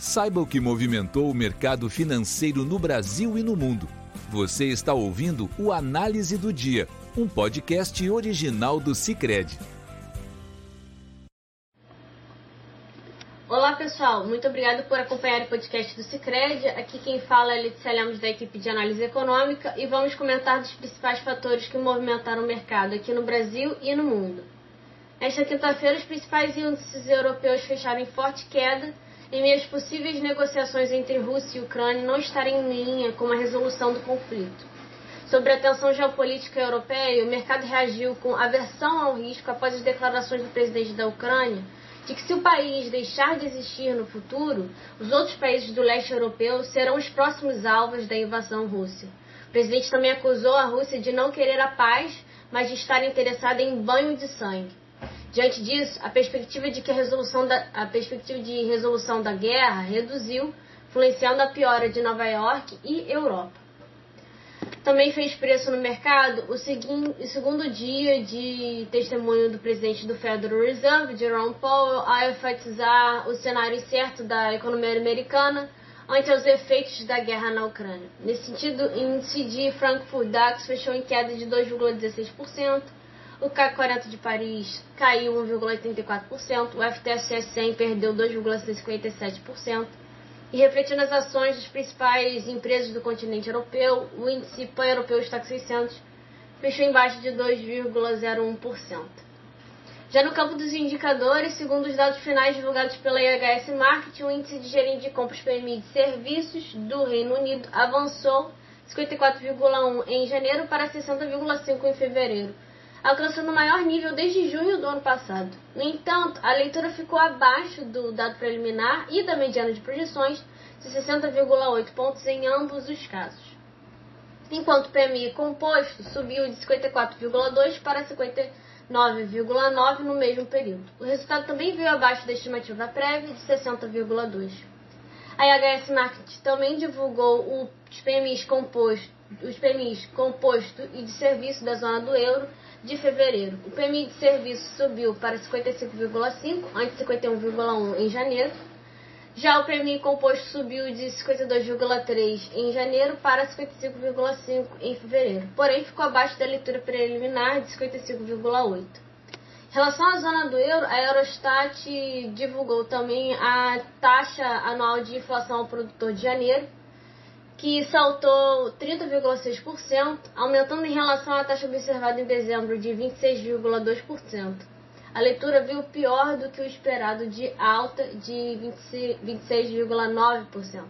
Saiba o que movimentou o mercado financeiro no Brasil e no mundo. Você está ouvindo o Análise do Dia, um podcast original do Sicredi. Olá pessoal, muito obrigado por acompanhar o podcast do Sicredi. Aqui quem fala é Letícia Lemos da equipe de análise econômica e vamos comentar dos principais fatores que movimentaram o mercado aqui no Brasil e no mundo. Nesta quinta-feira, os principais índices europeus fecharam em forte queda em meio às possíveis negociações entre Rússia e Ucrânia não estarem em linha com a resolução do conflito. Sobre a tensão geopolítica europeia, o mercado reagiu com aversão ao risco após as declarações do presidente da Ucrânia de que se o país deixar de existir no futuro, os outros países do leste europeu serão os próximos alvos da invasão russa. O presidente também acusou a Rússia de não querer a paz, mas de estar interessada em banho de sangue. Diante disso, a perspectiva de resolução da guerra reduziu, influenciando a piora de Nova York e Europa. Também fez preço no mercado o segundo dia de testemunho do presidente do Federal Reserve, Jerome Powell, a enfatizar o cenário incerto da economia americana ante os efeitos da guerra na Ucrânia. Nesse sentido, o índice de Frankfurt DAX fechou em queda de 2,16%, o CAC 40 de Paris caiu 1,84%, o FTSE 100 perdeu 2,57%, e refletindo as ações das principais empresas do continente europeu, o índice pan-europeu Stoxx 600 fechou em baixa de 2,01%. Já no campo dos indicadores, segundo os dados finais divulgados pela IHS Markit, o índice de gerente de compras PMI de serviços do Reino Unido avançou 54,1 em janeiro para 60,5 em fevereiro, alcançando o maior nível desde junho do ano passado. No entanto, a leitura ficou abaixo do dado preliminar e da mediana de projeções de 60,8 pontos em ambos os casos. Enquanto o PMI composto subiu de 54,2 para 59,9 no mesmo período. O resultado também veio abaixo da estimativa prévia de 60,2. A IHS Markit também divulgou os PMIs composto e de serviço da zona do euro de fevereiro. O PMI de serviço subiu para 55,5, antes de 51,1 em janeiro. Já o PMI composto subiu de 52,3 em janeiro para 55,5 em fevereiro. Porém, ficou abaixo da leitura preliminar de 55,8. Em relação à zona do euro, a Eurostat divulgou também a taxa anual de inflação ao produtor de janeiro, que saltou 30,6%, aumentando em relação à taxa observada em dezembro de 26,2%. A leitura viu pior do que o esperado de alta de 26,9%.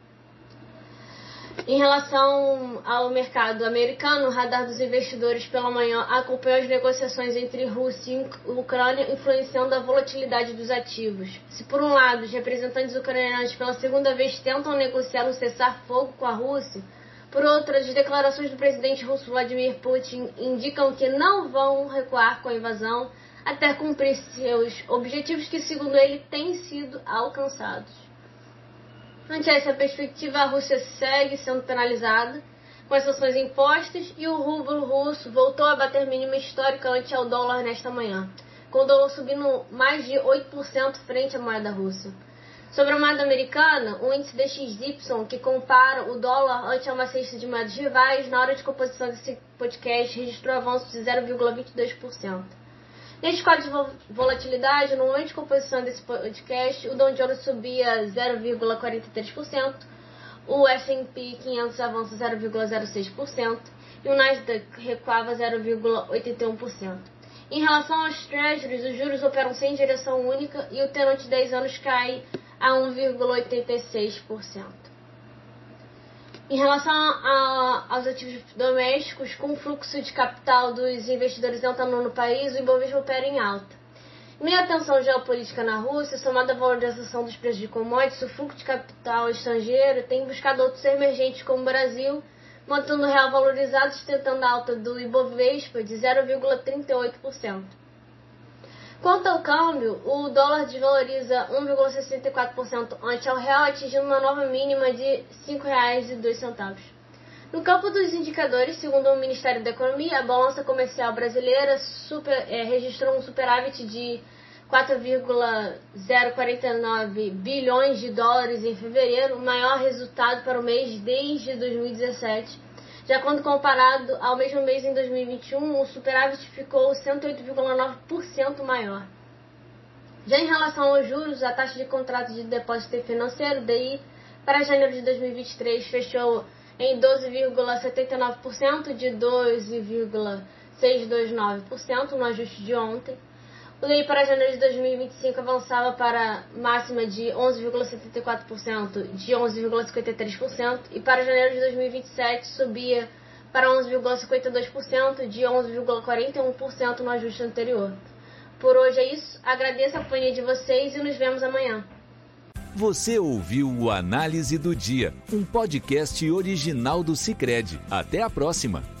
Em relação ao mercado americano, o radar dos investidores pela manhã acompanhou as negociações entre Rússia e Ucrânia, influenciando a volatilidade dos ativos. Se por um lado os representantes ucranianos pela segunda vez tentam negociar um cessar-fogo com a Rússia, por outro, as declarações do presidente russo Vladimir Putin indicam que não vão recuar com a invasão até cumprir seus objetivos que, segundo ele, têm sido alcançados. Ante essa perspectiva, a Rússia segue sendo penalizada com as sanções impostas e o rublo russo voltou a bater mínima histórica ante ao dólar nesta manhã, com o dólar subindo mais de 8% frente à moeda russa. Sobre a moeda americana, o índice DXY, que compara o dólar ante uma cesta de moedas rivais, na hora de composição desse podcast, registrou avanço de 0,22%. Neste quadro de volatilidade, no momento de composição desse podcast, o Dow Jones subia 0,43%, o S&P 500 avança 0,06% e o Nasdaq recuava 0,81%. Em relação aos Treasuries, os juros operam sem direção única e o tenor de 10 anos cai a 1,86%. Em relação aos ativos domésticos, com o fluxo de capital dos investidores entrando no país, o Ibovespa opera em alta. Em meio à tensão geopolítica na Rússia, somada à valorização dos preços de commodities, o fluxo de capital estrangeiro tem buscado outros emergentes como o Brasil, mantendo o real valorizado, sustentando a alta do Ibovespa de 0,38%. Quanto ao câmbio, o dólar desvaloriza 1,64% ante ao real, atingindo uma nova mínima de R$ 5,02. No campo dos indicadores, segundo o Ministério da Economia, a balança comercial brasileira registrou um superávit de 4,049 bilhões de dólares em fevereiro, o maior resultado para o mês desde 2017. Já quando comparado ao mesmo mês em 2021, o superávit ficou 108,9% maior. Já em relação aos juros, a taxa de contrato de depósito financeiro, DI, para janeiro de 2023 fechou em 12,79%, de 12,629% no ajuste de ontem. O DI para janeiro de 2025 avançava para máxima de 11,74%, de 11,53%, e para janeiro de 2027 subia para 11,52%, de 11,41% no ajuste anterior. Por hoje é isso, agradeço a companhia de vocês e nos vemos amanhã. Você ouviu o Análise do Dia, um podcast original do Sicredi. Até a próxima!